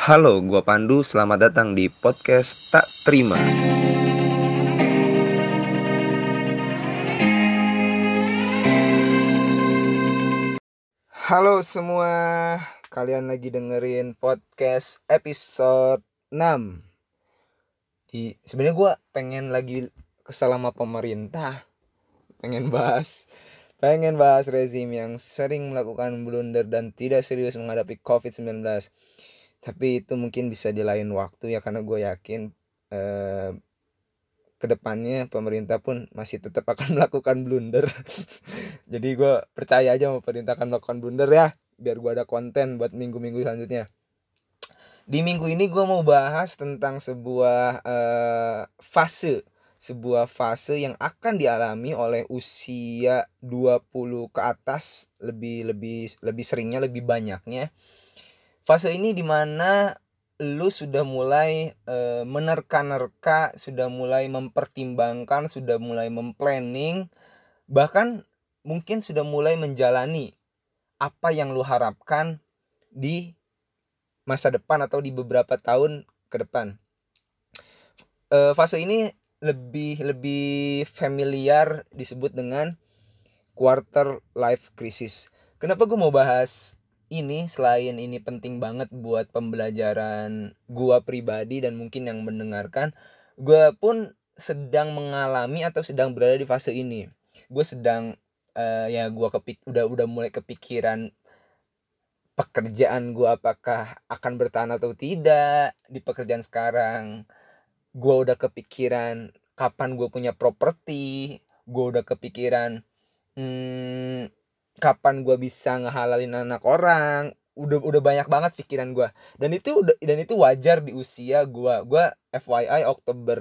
Halo, gua Pandu. Selamat datang di podcast Tak Terima. Halo semua, kalian lagi dengerin podcast episode 6. Sebenarnya gua pengen lagi kesal sama pemerintah, pengen bahas rezim yang sering melakukan blunder dan tidak serius menghadapi COVID-19. Tapi itu mungkin bisa di lain waktu ya, karena gue yakin kedepannya pemerintah pun masih tetap akan melakukan blunder. Jadi gue percaya aja sama pemerintah akan melakukan blunder ya, biar gue ada konten buat minggu-minggu selanjutnya. Di minggu ini gue mau bahas tentang sebuah fase yang akan dialami oleh usia 20 ke atas, lebih seringnya, lebih banyaknya. Fase ini dimana lu sudah mulai menerka-nerka, sudah mulai mempertimbangkan, sudah mulai memplanning, bahkan mungkin sudah mulai menjalani apa yang lu harapkan di masa depan atau di beberapa tahun ke depan. Fase ini lebih familiar disebut dengan quarter life crisis. Kenapa gue mau bahas ini? Selain ini penting banget buat pembelajaran gue pribadi dan mungkin yang mendengarkan, gue pun sedang mengalami atau sedang berada di fase ini. Gue sedang gue udah mulai kepikiran pekerjaan gue apakah akan bertahan atau tidak di pekerjaan sekarang. Gue udah kepikiran kapan gue punya properti. Gue udah kepikiran kapan gue bisa ngehalalin anak orang. Udah banyak banget pikiran gue, dan itu wajar di usia gue FYI Oktober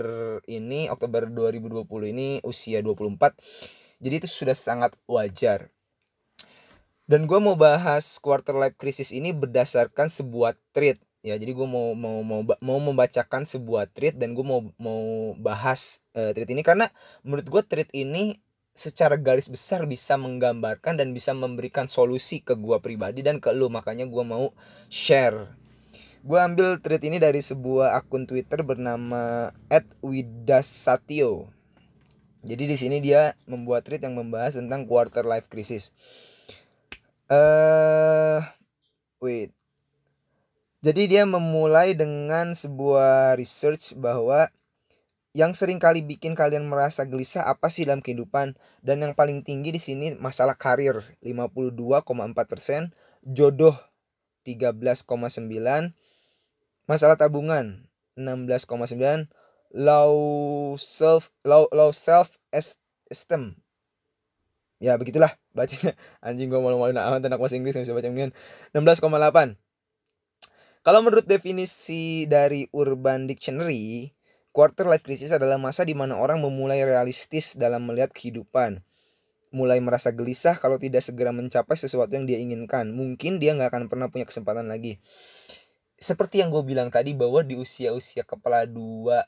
2020 ini usia 24. Jadi itu sudah sangat wajar. Dan gue mau bahas quarter life crisis ini berdasarkan sebuah tweet ya. Jadi gue mau membacakan sebuah tweet, dan gue mau bahas tweet ini karena menurut gue tweet ini secara garis besar bisa menggambarkan dan bisa memberikan solusi ke gue pribadi dan ke lu. Makanya gue mau share. Gue ambil tweet ini dari sebuah akun Twitter bernama @widasatyo. Jadi di sini dia membuat tweet yang membahas tentang quarter life crisis. Jadi dia memulai dengan sebuah research bahwa yang sering kali bikin kalian merasa gelisah apa sih dalam kehidupan, dan yang paling tinggi di sini masalah karir 52,4%, jodoh 13,9%, masalah tabungan 16,9%, low self esteem. Ya begitulah bacanya. Anjing gue malu-maluin amat anak bahasa Inggris yang bisa baca beginian. 16,8. Kalau menurut definisi dari Urban Dictionary, quarter life crisis adalah masa di mana orang memulai realistis dalam melihat kehidupan. Mulai merasa gelisah kalau tidak segera mencapai sesuatu yang dia inginkan. Mungkin dia nggak akan pernah punya kesempatan lagi. Seperti yang gue bilang tadi, bahwa di usia-usia kepala 2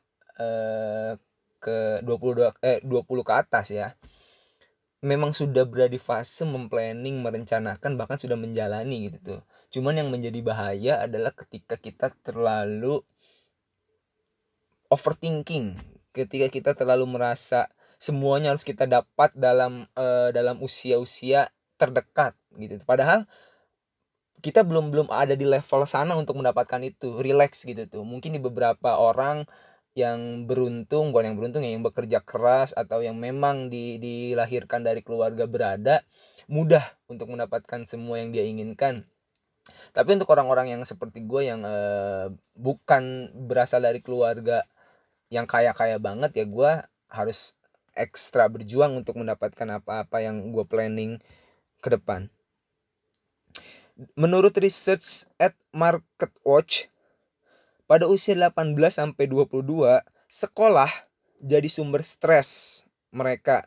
ke 20 ke atas ya, memang sudah berada di fase memplanning, merencanakan, bahkan sudah menjalani gitu tuh. Cuman yang menjadi bahaya adalah ketika kita terlalu overthinking, ketika kita terlalu merasa semuanya harus kita dapat dalam usia-usia terdekat gitu. Padahal kita belum ada di level sana untuk mendapatkan itu. Relax gitu tuh. Mungkin di beberapa orang yang beruntung, bukan yang beruntung ya, yang bekerja keras atau yang memang dilahirkan dari keluarga berada, mudah untuk mendapatkan semua yang dia inginkan. Tapi untuk orang-orang yang seperti gue yang bukan berasal dari keluarga yang kaya-kaya banget ya, gue harus ekstra berjuang untuk mendapatkan apa-apa yang gue planning ke depan. Menurut research at MarketWatch, pada usia 18-22, sekolah jadi sumber stres mereka.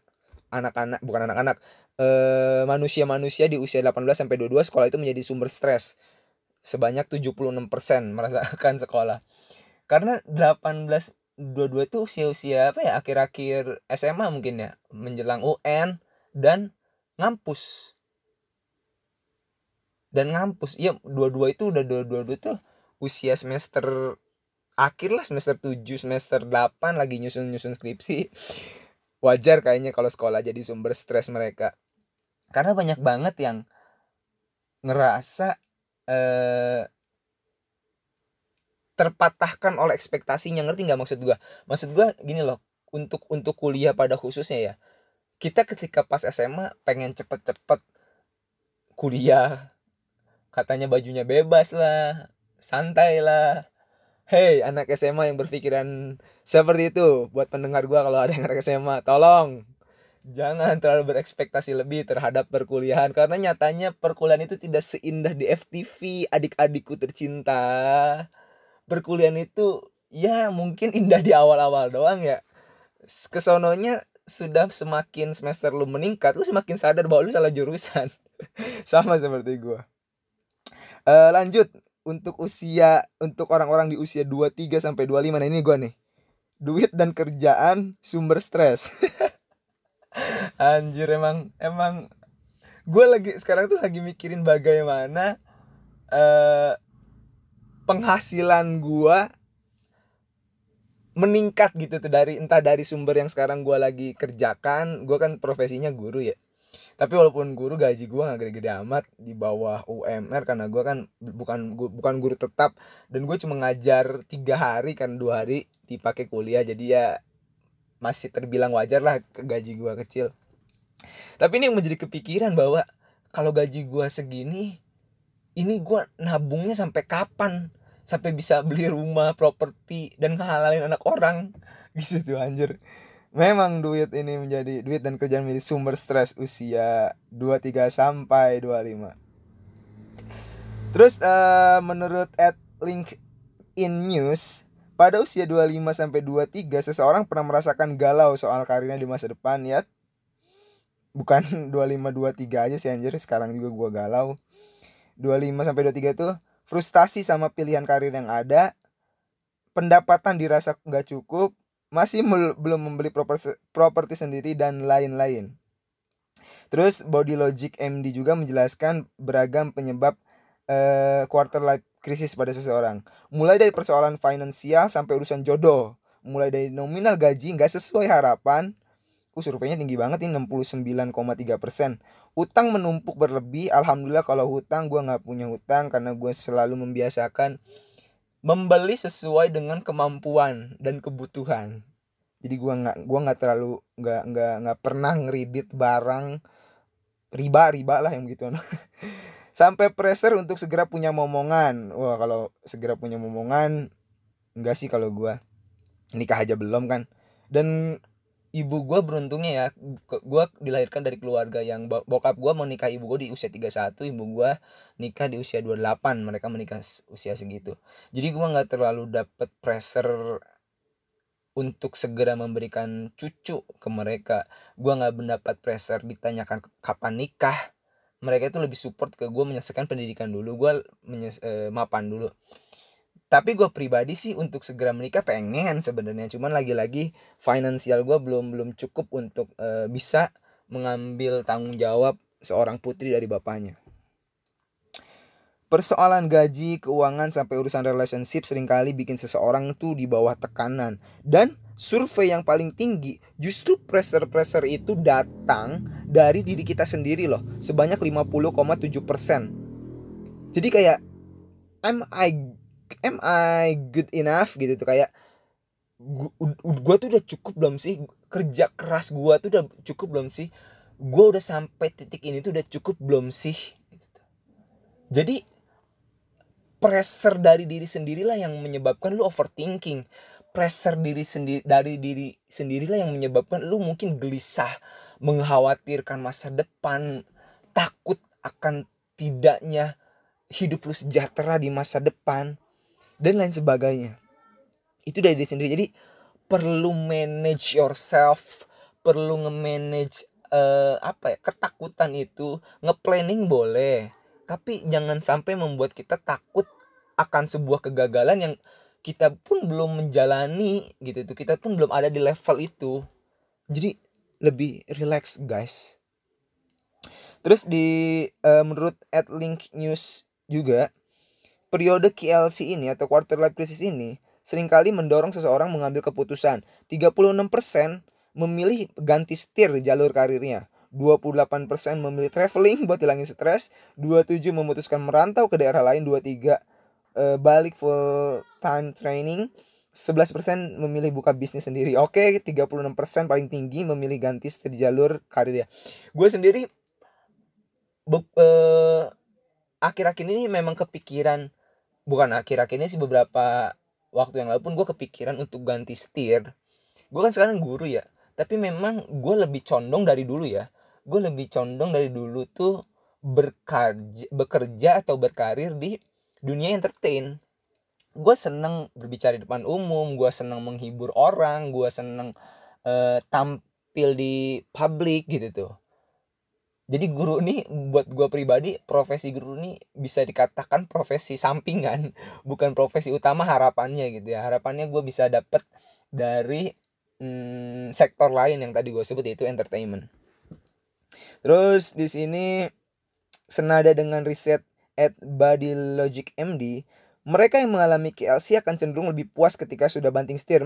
Manusia-manusia di usia 18-22, sekolah itu menjadi sumber stres. Sebanyak 76% merasakan sekolah. Karena 18-22 itu usia-usia apa ya, akhir-akhir SMA mungkin ya, menjelang UN dan ngampus. Iya, dua-dua itu usia semester akhir lah, semester 7 semester 8 lagi nyusun skripsi. Wajar kayaknya kalau sekolah jadi sumber stres mereka. Karena banyak banget yang ngerasa terpatahkan oleh ekspektasinya, ngerti nggak maksud gua? Maksud gua gini loh, untuk kuliah pada khususnya ya, kita ketika pas SMA pengen cepet-cepet kuliah, katanya bajunya bebas lah, santai lah. Hei anak SMA yang berpikiran seperti itu, buat pendengar gua kalau ada yang anak SMA, tolong jangan terlalu berekspektasi lebih terhadap perkuliahan, karena nyatanya perkuliahan itu tidak seindah di FTV, adik-adikku tercinta. Perkuliahan itu ya mungkin indah di awal-awal doang ya. Kesononya sudah semakin semester lu meningkat, lu semakin sadar bahwa lu salah jurusan. Sama seperti gua. Lanjut untuk orang-orang di usia 23 sampai 25. Nah, ini gua nih. Duit dan kerjaan sumber stres. Anjir, emang gue sekarang tuh lagi mikirin bagaimana penghasilan gua meningkat gitu tuh, entah dari sumber yang sekarang gue lagi kerjakan. Gue kan profesinya guru ya, tapi walaupun guru gaji gue nggak gede-gede amat, di bawah UMR, karena gue kan bukan guru tetap, dan gue cuma ngajar 3 hari kan 2 hari dipakai kuliah, jadi ya masih terbilang wajar lah gaji gue kecil. Tapi ini yang menjadi kepikiran bahwa kalau gaji gue segini, ini gue nabungnya sampai kapan? Sampai bisa beli rumah, properti, dan ngehalalin anak orang gitu tuh, anjir. Memang duit dan kerjaan menjadi sumber stres usia 23 sampai 25. Terus menurut LinkedIn News, pada usia 25 sampai 23 seseorang pernah merasakan galau soal karirnya di masa depan ya. Bukan 25 23 aja sih anjir, sekarang juga gua galau. 25 sampai 23 itu frustasi sama pilihan karir yang ada, pendapatan dirasa nggak cukup, masih belum membeli properti sendiri, dan lain-lain. Terus Body Logic MD juga menjelaskan beragam penyebab quarter life crisis pada seseorang. Mulai dari persoalan finansial sampai urusan jodoh. Mulai dari nominal gaji nggak sesuai harapan. Surveinya tinggi banget ini, 69,3%. Utang menumpuk berlebih. Alhamdulillah kalau hutang, gue nggak punya hutang karena gue selalu membiasakan membeli sesuai dengan kemampuan dan kebutuhan. Jadi gue nggak terlalu nggak pernah ngeridit barang riba lah yang begitu. Sampai pressure untuk segera punya momongan. Wah, kalau segera punya momongan enggak sih, kalau gue nikah aja belum kan. Dan ibu gue beruntungnya ya, gue dilahirkan dari keluarga yang bokap gue mau nikah ibu gue di usia 31, ibu gue nikah di usia 28, mereka menikah usia segitu. Jadi gue gak terlalu dapet pressure untuk segera memberikan cucu ke mereka. Gue gak mendapat pressure ditanyakan kapan nikah. Mereka itu lebih support ke gue menyelesaikan pendidikan dulu, gue mapan dulu. Tapi gue pribadi sih untuk segera menikah pengen sebenarnya, cuman lagi-lagi finansial gue belum cukup untuk bisa mengambil tanggung jawab seorang putri dari bapaknya. Persoalan gaji, keuangan, sampai urusan relationship seringkali bikin seseorang tuh di bawah tekanan. Dan survei yang paling tinggi justru pressure itu datang dari diri kita sendiri loh, sebanyak 50,7%. Jadi kayak am I good enough gitu tuh, kayak gua tuh udah cukup belum sih, kerja keras gua tuh udah cukup belum sih, gua udah sampai titik ini tuh udah cukup belum sih gitu. Jadi pressure dari diri sendirilah yang menyebabkan lu overthinking. Pressure dari diri sendirilah yang menyebabkan lu mungkin gelisah, mengkhawatirkan masa depan, takut akan tidaknya hidup lu sejahtera di masa depan, dan lain sebagainya. Itu dari diri sendiri. Jadi perlu manage yourself, perlu nge-manage ketakutan itu. Nge-planning boleh, tapi jangan sampai membuat kita takut akan sebuah kegagalan yang kita pun belum menjalani gitu tuh. Kita pun belum ada di level itu. Jadi lebih relax guys. Terus menurut @link news juga, Periode KLC ini atau quarter life crisis ini seringkali mendorong seseorang mengambil keputusan. 36% memilih ganti setir jalur karirnya. 28% memilih traveling buat hilangin stres. 27 memutuskan merantau ke daerah lain. 23 balik full time training. 11% memilih buka bisnis sendiri. Oke, 36% paling tinggi memilih ganti setir jalur karirnya. Gue sendiri akhir-akhir ini memang kepikiran, bukan akhir-akhir ini sih, beberapa waktu yang lalu pun gue kepikiran untuk ganti setir. Gue kan sekarang guru ya, tapi memang gue lebih condong dari dulu ya. Gue lebih condong dari dulu tuh bekerja atau berkarir di dunia entertain. Gue seneng berbicara di depan umum, gue seneng menghibur orang, gue seneng tampil di publik gitu tuh. Jadi guru nih buat gue pribadi, profesi guru nih bisa dikatakan profesi sampingan, bukan profesi utama harapannya gitu ya. Harapannya gue bisa dapet dari sektor lain yang tadi gue sebut, yaitu entertainment. Terus di sini senada dengan riset at Body Logic MD, mereka yang mengalami KLC akan cenderung lebih puas ketika sudah banting setir.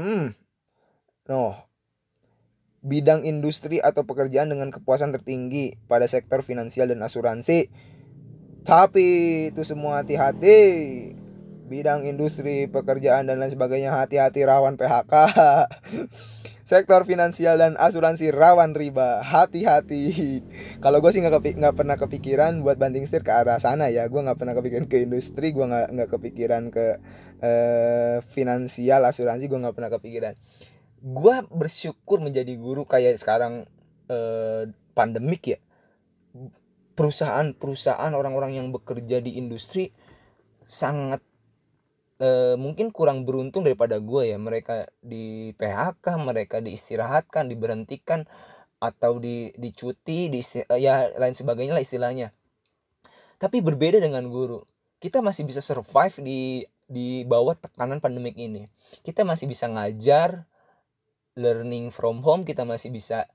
Bidang industri atau pekerjaan dengan kepuasan tertinggi pada sektor finansial dan asuransi. Tapi itu semua hati-hati. Bidang industri, pekerjaan dan lain sebagainya hati-hati, rawan PHK. Sektor finansial dan asuransi rawan riba, hati-hati. Kalau gue sih nggak pernah kepikiran buat banting setir ke arah sana ya. Gue nggak pernah kepikiran ke industri, gue nggak kepikiran ke finansial, asuransi, gue nggak pernah kepikiran. Gue bersyukur menjadi guru kayak sekarang pandemik ya. Perusahaan orang-orang yang bekerja di industri sangat mungkin kurang beruntung daripada gue ya. Mereka di PHK, mereka diistirahatkan, diberhentikan, atau dicuti, ya lain sebagainya lah istilahnya. Tapi berbeda dengan guru, kita masih bisa survive di bawah tekanan pandemik ini. Kita masih bisa ngajar, learning from home, kita masih bisa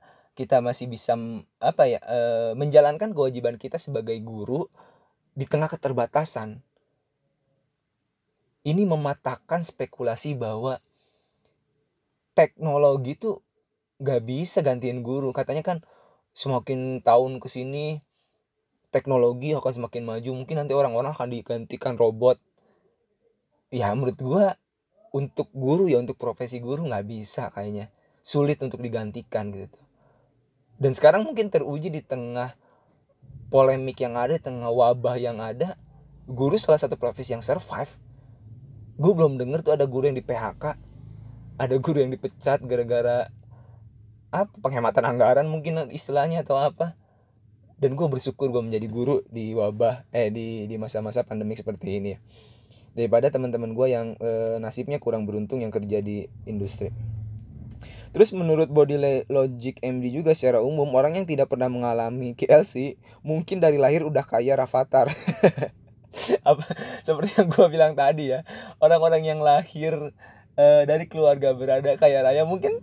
menjalankan kewajiban kita sebagai guru di tengah keterbatasan. Ini mematahkan spekulasi bahwa teknologi tuh gak bisa gantiin guru. Katanya kan semakin tahun kesini teknologi akan semakin maju, mungkin nanti orang-orang akan digantikan robot. Ya menurut gue untuk guru ya, untuk profesi guru gak bisa kayaknya. Sulit untuk digantikan gitu. Dan sekarang mungkin teruji di tengah polemik yang ada, di tengah wabah yang ada, guru salah satu profesi yang survive. Gue belum denger tuh ada guru yang di PHK, ada guru yang dipecat gara-gara penghematan anggaran mungkin istilahnya atau apa. Dan gue bersyukur gue menjadi guru di wabah di masa-masa pandemi seperti ini ya, daripada teman-teman gue yang nasibnya kurang beruntung yang kerja di industri. Terus menurut Body Logic MD juga, secara umum orang yang tidak pernah mengalami KLC mungkin dari lahir udah kaya Rafathar. Seperti yang gue bilang tadi ya, orang-orang yang lahir dari keluarga berada kaya raya mungkin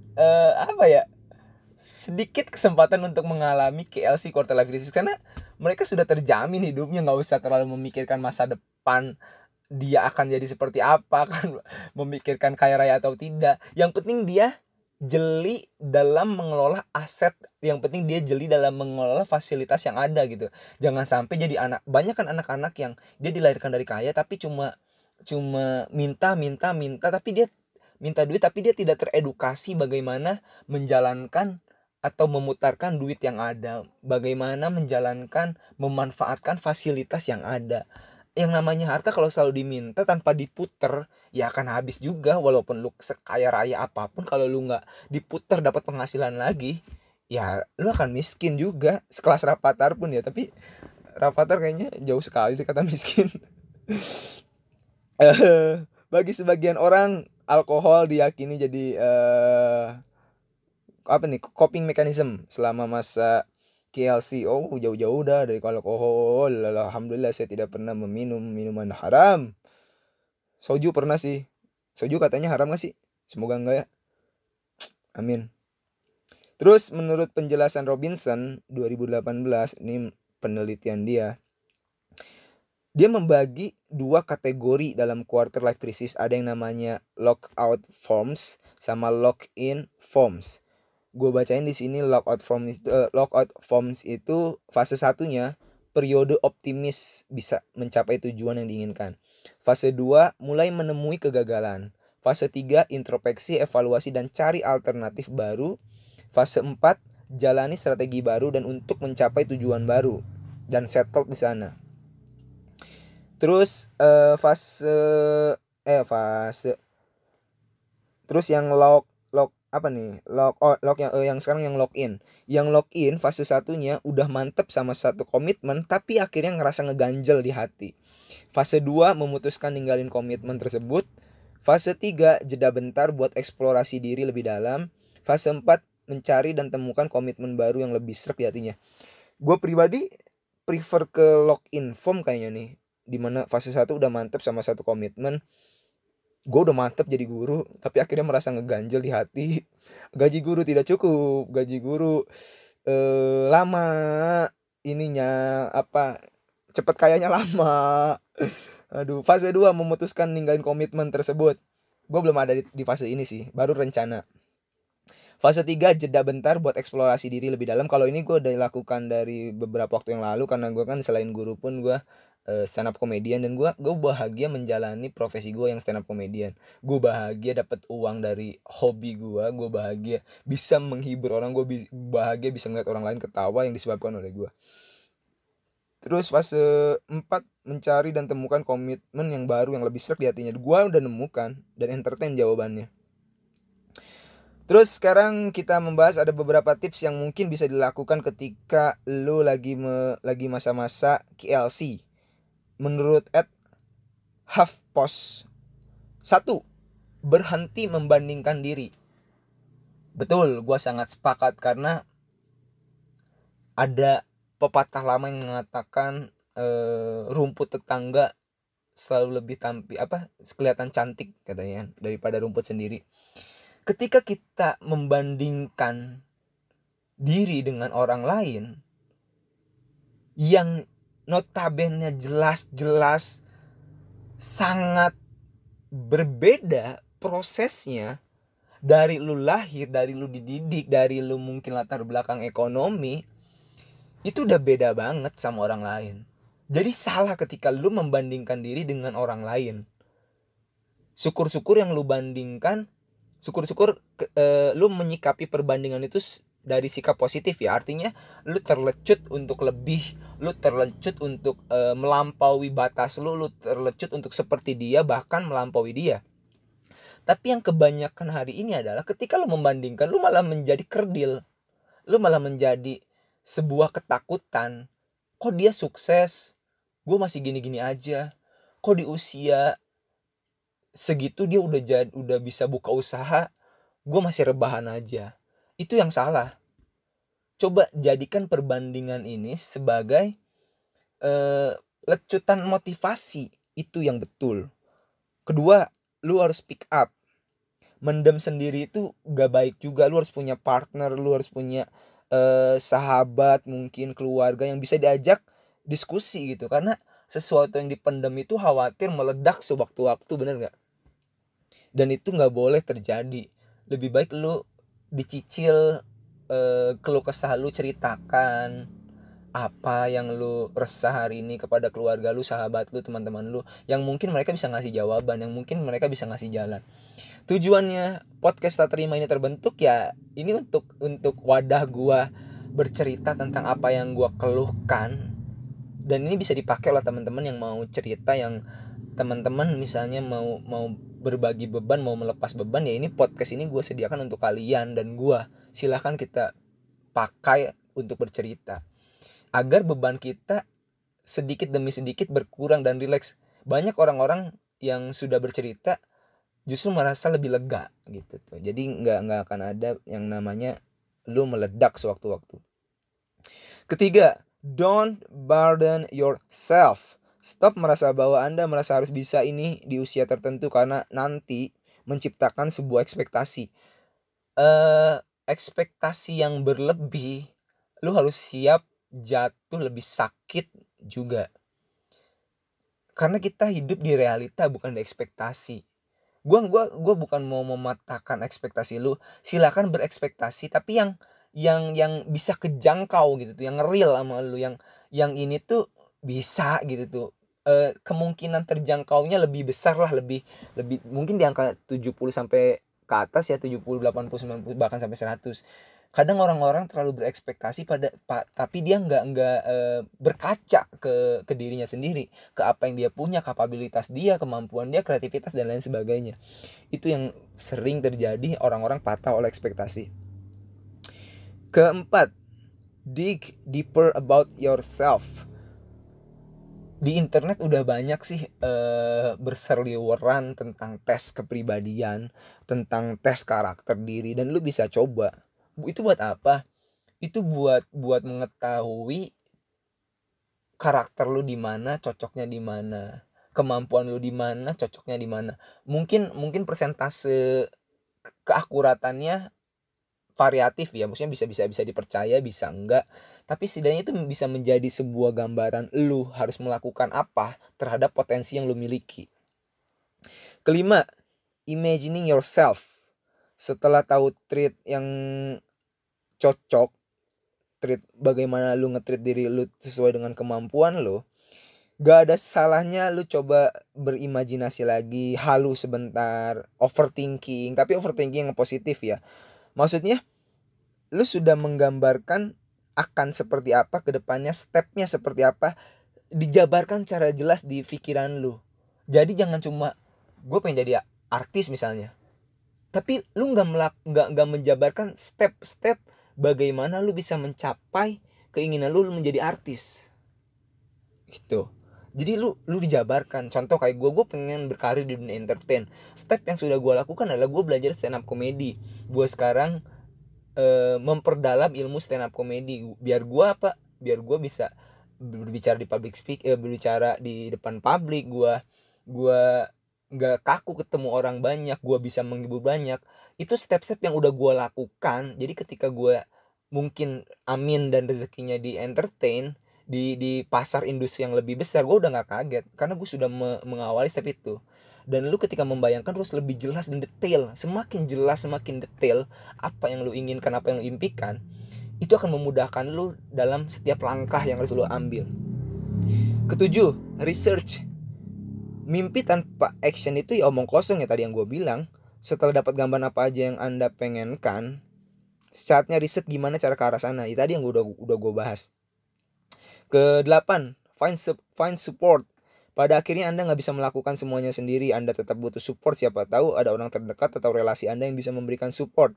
sedikit kesempatan untuk mengalami KLC, quarter life crisis, karena mereka sudah terjamin hidupnya, nggak usah terlalu memikirkan masa depan dia akan jadi seperti apa, kan memikirkan kaya raya atau tidak. Yang penting dia jeli dalam mengelola aset, yang penting dia jeli dalam mengelola fasilitas yang ada gitu. Jangan sampai jadi banyak kan anak-anak yang dia dilahirkan dari kaya tapi cuma minta tapi dia minta duit tapi dia tidak teredukasi bagaimana menjalankan atau memutarkan duit yang ada, bagaimana memanfaatkan fasilitas yang ada. Yang namanya harta kalau selalu diminta tanpa diputer, ya akan habis juga. Walaupun lu sekaya raya apapun, kalau lu nggak diputer dapat penghasilan lagi, ya lu akan miskin juga. Sekelas Rafathar pun ya, tapi Rafathar kayaknya jauh sekali dari kata miskin. Bagi sebagian orang, alkohol diyakini jadi coping mechanism selama masa KLC. Oh, jauh-jauh dah dari alkohol. Alhamdulillah saya tidak pernah meminum minuman haram. Soju pernah sih. Soju katanya haram gak sih? Semoga enggak ya. Amin. Terus menurut penjelasan Robinson 2018, ini penelitian dia, Dia membagi 2 kategori dalam quarter life crisis. Ada yang namanya lockout forms sama lock-in forms. Gue bacain di sini lockout forms itu fase satunya periode optimis bisa mencapai tujuan yang diinginkan. Fase 2 mulai menemui kegagalan. Fase 3 introspeksi, evaluasi dan cari alternatif baru. Fase 4 jalani strategi baru dan untuk mencapai tujuan baru dan settle di sana. Terus fase terus yang lock apa nih? Lock yang sekarang yang lock in. Yang lock in fase satunya udah mantep sama satu komitmen tapi akhirnya ngerasa ngeganjel di hati. Fase 2 memutuskan ninggalin komitmen tersebut. Fase 3 jeda bentar buat eksplorasi diri lebih dalam. Fase 4 mencari dan temukan komitmen baru yang lebih srek di hatinya. Gue pribadi prefer ke lock in form kayaknya nih. Dimana fase 1 udah mantep sama satu komitmen. Gue udah mantep jadi guru tapi akhirnya merasa ngeganjel di hati. Gaji guru tidak cukup, gaji guru lama ininya apa, cepet kayaknya lama. Aduh, fase 2 memutuskan ninggalin komitmen tersebut. Gue belum ada di fase ini sih, baru rencana. Fase 3 jeda bentar buat eksplorasi diri lebih dalam. Kalau ini gue udah lakukan dari beberapa waktu yang lalu karena gue kan selain guru pun gue stand up comedian dan gue bahagia menjalani profesi gue yang stand up comedian. Gue bahagia dapat uang dari hobi gue bahagia bisa menghibur orang, gue bahagia bisa ngeliat orang lain ketawa yang disebabkan oleh gue. Terus fase 4 mencari dan temukan komitmen yang baru yang lebih srek di hatinya. Gue udah nemukan dan entertain jawabannya. Terus sekarang kita membahas ada beberapa tips yang mungkin bisa dilakukan ketika lu lagi masa-masa KLC. Menurut HuffPost. 1. Berhenti membandingkan diri. Betul, gue sangat sepakat karena ada pepatah lama yang mengatakan rumput tetangga selalu lebih kelihatan cantik katanya daripada rumput sendiri. Ketika kita membandingkan diri dengan orang lain yang notabene jelas-jelas sangat berbeda prosesnya dari lu lahir, dari lu dididik, dari lu mungkin latar belakang ekonomi, itu udah beda banget sama orang lain. Jadi salah ketika lu membandingkan diri dengan orang lain. Syukur-syukur yang lu bandingkan, lu menyikapi perbandingan itu dari sikap positif ya. Artinya lu terlecut untuk lebih, lu terlecut untuk melampaui batas lu terlecut untuk seperti dia, bahkan melampaui dia. Tapi yang kebanyakan hari ini adalah ketika lu membandingkan, lu malah menjadi kerdil. Lu malah menjadi sebuah ketakutan. Kok dia sukses, gue masih gini-gini aja. Kok di usia segitu dia udah bisa buka usaha, gue masih rebahan aja. Itu yang salah. Coba jadikan perbandingan ini sebagai lecutan motivasi. Itu yang betul. Kedua, lu harus pick up. Mendem sendiri itu gak baik juga. Lu harus punya partner, lu harus punya sahabat, mungkin keluarga yang bisa diajak diskusi gitu. Karena sesuatu yang dipendam itu khawatir meledak sewaktu-waktu, bener gak? Dan itu gak boleh terjadi. Lebih baik lu dicicil keluh kesah lu, ceritakan apa yang lu resah hari ini kepada keluarga lu, sahabat lu, teman-teman lu, yang mungkin mereka bisa ngasih jawaban, yang mungkin mereka bisa ngasih jalan. Tujuannya podcast Tak Terima ini terbentuk ya ini untuk wadah gua bercerita tentang apa yang gua keluhkan, dan ini bisa dipakai oleh teman-teman yang mau cerita, yang teman-teman misalnya mau berbagi beban, mau melepas beban, ya ini podcast ini gue sediakan untuk kalian dan gue. Silahkan kita pakai untuk bercerita agar beban kita sedikit demi sedikit berkurang dan rileks. Banyak orang-orang yang sudah bercerita justru merasa lebih lega gitu tuh. Jadi nggak akan ada yang namanya lu meledak sewaktu-waktu. Ketiga, don't burden yourself. Stop merasa bahwa Anda merasa harus bisa ini di usia tertentu karena nanti menciptakan sebuah ekspektasi. Ekspektasi yang berlebih, lu harus siap jatuh lebih sakit juga. Karena kita hidup di realita bukan di ekspektasi. Gua bukan mau mematahkan ekspektasi lu. Silakan berekspektasi tapi yang bisa kejangkau gitu tuh, yang real sama lu, yang ini tuh bisa gitu tuh. Kemungkinan terjangkaunya lebih besar lah, lebih lebih mungkin di angka 70 sampai ke atas ya, 70, 80, 90 bahkan sampai 100. Kadang orang-orang terlalu berekspektasi tapi dia nggak berkaca ke dirinya sendiri, ke apa yang dia punya, kapabilitas dia, kemampuan dia, kreativitas dan lain sebagainya. Itu yang sering terjadi, orang-orang patah oleh ekspektasi. Keempat, dig deeper about yourself. Di internet udah banyak sih berseliweran tentang tes kepribadian, tentang tes karakter diri, dan lu bisa coba. Itu buat apa? Itu buat mengetahui karakter lu di mana, cocoknya di mana, kemampuan lu di mana, cocoknya di mana. Mungkin persentase keakuratannya variatif ya, maksudnya bisa dipercaya, bisa enggak. Tapi setidaknya itu bisa menjadi sebuah gambaran lu harus melakukan apa terhadap potensi yang lu miliki. Kelima, imagining yourself. Setelah tahu trait yang cocok, treat bagaimana lu nge-treat diri lu sesuai dengan kemampuan lu, gak ada salahnya lu coba berimajinasi lagi, halu sebentar, overthinking, tapi overthinking yang positif ya. Maksudnya lu sudah menggambarkan akan seperti apa ke depannya, stepnya seperti apa, dijabarkan secara jelas di pikiran lu. Jadi jangan cuma gue pengen jadi artis misalnya, tapi lu nggak menjabarkan step-step bagaimana lu bisa mencapai keinginan lu menjadi artis gitu. Jadi lu dijabarkan. Contoh kayak gue pengen berkarir di dunia entertain. Step yang sudah gue lakukan adalah gue belajar stand up comedy. Gue sekarang memperdalam ilmu stand up comedy. Biar gue bisa berbicara di berbicara di depan publik. Gue nggak kaku ketemu orang banyak, gue bisa menghibur banyak. Itu step-step yang udah gue lakukan. Jadi ketika gue mungkin amin dan rezekinya di entertain, di pasar industri yang lebih besar, gue udah nggak kaget karena gue sudah mengawali step itu. Dan lu ketika membayangkan terus lebih jelas dan detail, semakin jelas semakin detail apa yang lu inginkan, apa yang lu impikan, itu akan memudahkan lu dalam setiap langkah yang harus lu ambil. Ketujuh, research. Mimpi tanpa action itu ya omong kosong ya, tadi yang gue bilang. Setelah dapat gambar apa aja yang Anda pengenkan, saatnya riset gimana cara ke arah sana. Itu tadi yang udah gue bahas. Ke-8, find support. Pada akhirnya Anda nggak bisa melakukan semuanya sendiri. Anda tetap butuh support. Siapa tahu ada orang terdekat atau relasi Anda yang bisa memberikan support.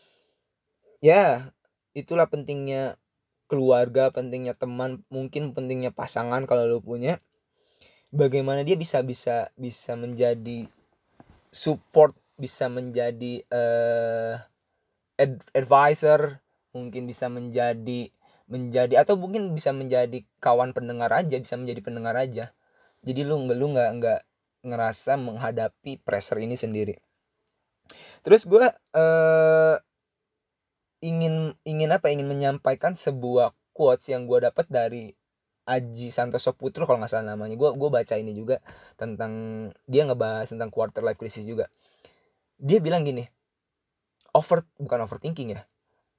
Ya, itulah pentingnya keluarga, pentingnya teman, mungkin pentingnya pasangan kalau lu punya. Bagaimana dia bisa menjadi support, bisa menjadi advisor, mungkin bisa menjadi atau mungkin bisa menjadi kawan pendengar aja, bisa menjadi pendengar aja. Jadi lu nggak ngerasa menghadapi pressure ini sendiri. Terus gue ingin menyampaikan sebuah quotes yang gue dapat dari Aji Santoso Putro kalau nggak salah namanya. Gue baca ini juga tentang, dia ngebahas tentang quarter life crisis juga. Dia bilang gini, bukan overthinking ya.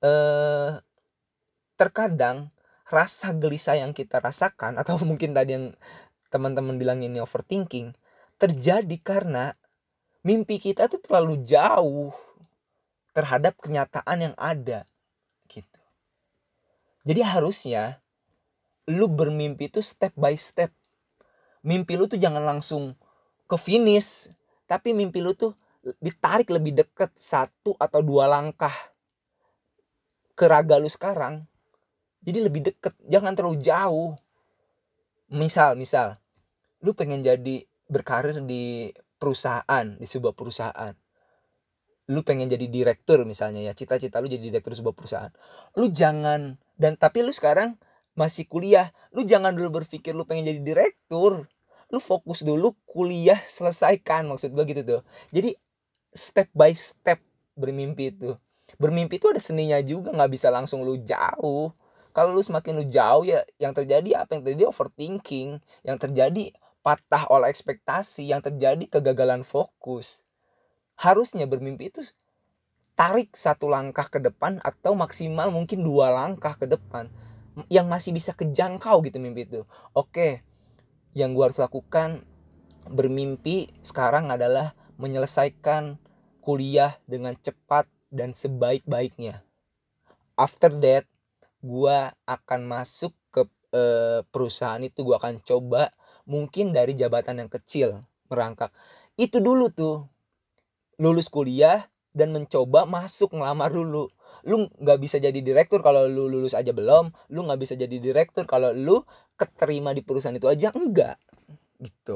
Terkadang rasa gelisah yang kita rasakan, atau mungkin tadi yang teman-teman bilang ini overthinking, terjadi karena mimpi kita tuh terlalu jauh terhadap kenyataan yang ada gitu. Jadi harusnya lu bermimpi tuh step by step. Mimpi lu tuh jangan langsung ke finish, tapi mimpi lu tuh ditarik lebih dekat 1 atau 2 langkah ke raga lu sekarang. Jadi lebih dekat, jangan terlalu jauh. Misal lu pengen berkarir di perusahaan, di sebuah perusahaan. Lu pengen jadi direktur misalnya ya, cita-cita lu jadi direktur sebuah perusahaan. Lu jangan, tapi lu sekarang masih kuliah, lu jangan dulu berpikir lu pengen jadi direktur. Lu fokus dulu kuliah, selesaikan, maksud gue gitu tuh. Jadi step by step bermimpi itu. Bermimpi itu ada seninya juga, nggak bisa langsung lu jauh. Kalau lu semakin lu jauh ya yang terjadi apa? Yang terjadi overthinking, yang terjadi patah oleh ekspektasi, yang terjadi kegagalan fokus. Harusnya bermimpi itu tarik 1 langkah ke depan atau maksimal mungkin 2 langkah ke depan yang masih bisa kejangkau gitu mimpi itu. Oke, yang gue harus lakukan bermimpi sekarang adalah menyelesaikan kuliah dengan cepat dan sebaik-baiknya. After that, gue akan masuk ke perusahaan itu. Gue akan coba mungkin dari jabatan yang kecil, merangkak. Itu dulu tuh, lulus kuliah dan mencoba masuk ngelamar dulu. Lu nggak bisa jadi direktur kalau lu lulus aja belum. Lu nggak bisa jadi direktur kalau lu keterima di perusahaan itu aja enggak gitu.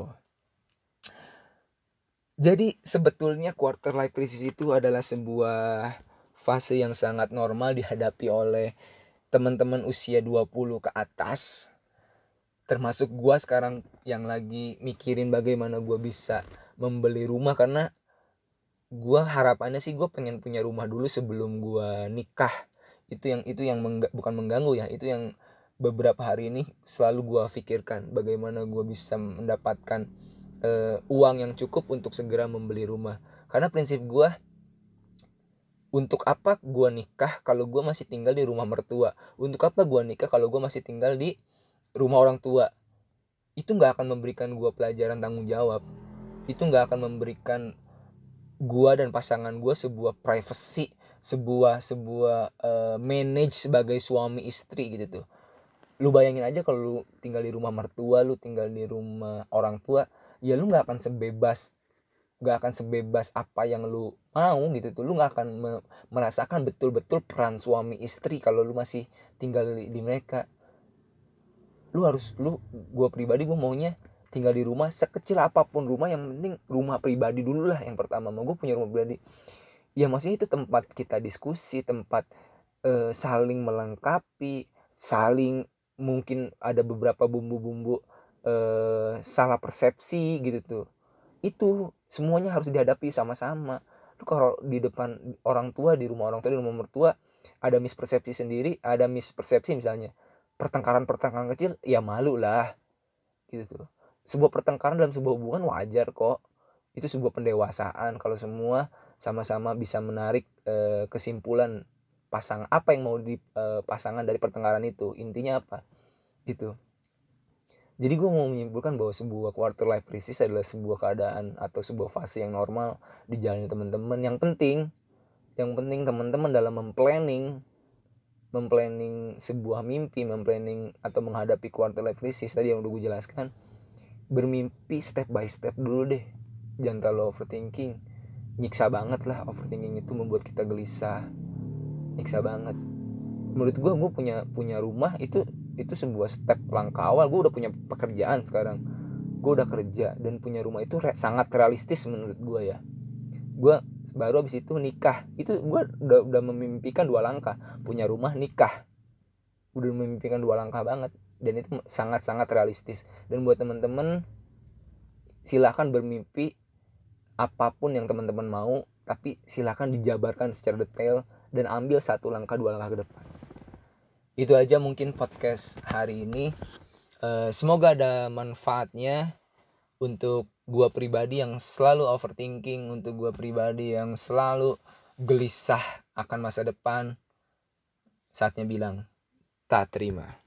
Jadi sebetulnya quarter life crisis itu adalah sebuah fase yang sangat normal dihadapi oleh teman-teman usia 20 ke atas. Termasuk gua sekarang yang lagi mikirin bagaimana gua bisa membeli rumah, karena gue harapannya sih gue pengen punya rumah dulu sebelum gue nikah. Itu yang bukan mengganggu ya, itu yang beberapa hari ini selalu gue pikirkan, bagaimana gue bisa mendapatkan uang yang cukup untuk segera membeli rumah. Karena prinsip gue, untuk apa gue nikah kalau gue masih tinggal di rumah mertua? Untuk apa gue nikah kalau gue masih tinggal di rumah orang tua? Itu gak akan memberikan gue pelajaran tanggung jawab. Itu gak akan memberikan gua dan pasangan gua sebuah privacy, sebuah manage sebagai suami istri gitu tuh. Lu bayangin aja kalau lu tinggal di rumah mertua, lu tinggal di rumah orang tua, ya lu nggak akan sebebas apa yang lu mau gitu tuh. Lu nggak akan merasakan betul-betul peran suami istri kalau lu masih tinggal di mereka. Gua pribadi gua maunya tinggal di rumah sekecil apapun rumah, yang penting rumah pribadi dulu lah yang pertama. Mau gue punya rumah pribadi ya, maksudnya itu tempat kita diskusi, tempat saling melengkapi, saling mungkin ada beberapa bumbu-bumbu salah persepsi gitu tuh. Itu semuanya harus dihadapi sama-sama. Lu kalau di depan orang tua, di rumah orang tua, di rumah mertua ada mispersepsi misalnya, pertengkaran kecil, ya malu lah gitu tuh. Sebuah pertengkaran dalam sebuah hubungan wajar kok. Itu sebuah pendewasaan kalau semua sama-sama bisa menarik kesimpulan apa yang mau pasangan dari pertengkaran itu. Intinya apa gitu. Jadi gue mau menyimpulkan bahwa sebuah quarter life crisis adalah sebuah keadaan atau sebuah fase yang normal dijalani teman-teman. Yang penting teman-teman dalam memplanning sebuah mimpi, memplanning atau menghadapi quarter life crisis tadi yang udah gue jelaskan, bermimpi step by step dulu deh. Jangan terlalu overthinking. Nyiksa banget lah overthinking, itu membuat kita gelisah. Nyiksa banget. Menurut gue punya rumah itu sebuah step langkah awal. Gue udah punya pekerjaan sekarang. Gue udah kerja dan punya rumah itu sangat realistis menurut gue ya. Gue baru abis itu nikah. Itu gue udah memimpikan 2 langkah. Punya rumah, nikah. Udah memimpikan 2 langkah banget. Dan itu sangat-sangat realistis. Dan buat teman-teman, silahkan bermimpi apapun yang teman-teman mau, tapi silahkan dijabarkan secara detail dan ambil 1 langkah 2 langkah ke depan. Itu aja mungkin podcast hari ini. Semoga ada manfaatnya untuk gua pribadi yang selalu overthinking, untuk gua pribadi yang selalu gelisah akan masa depan. Saatnya bilang tak terima.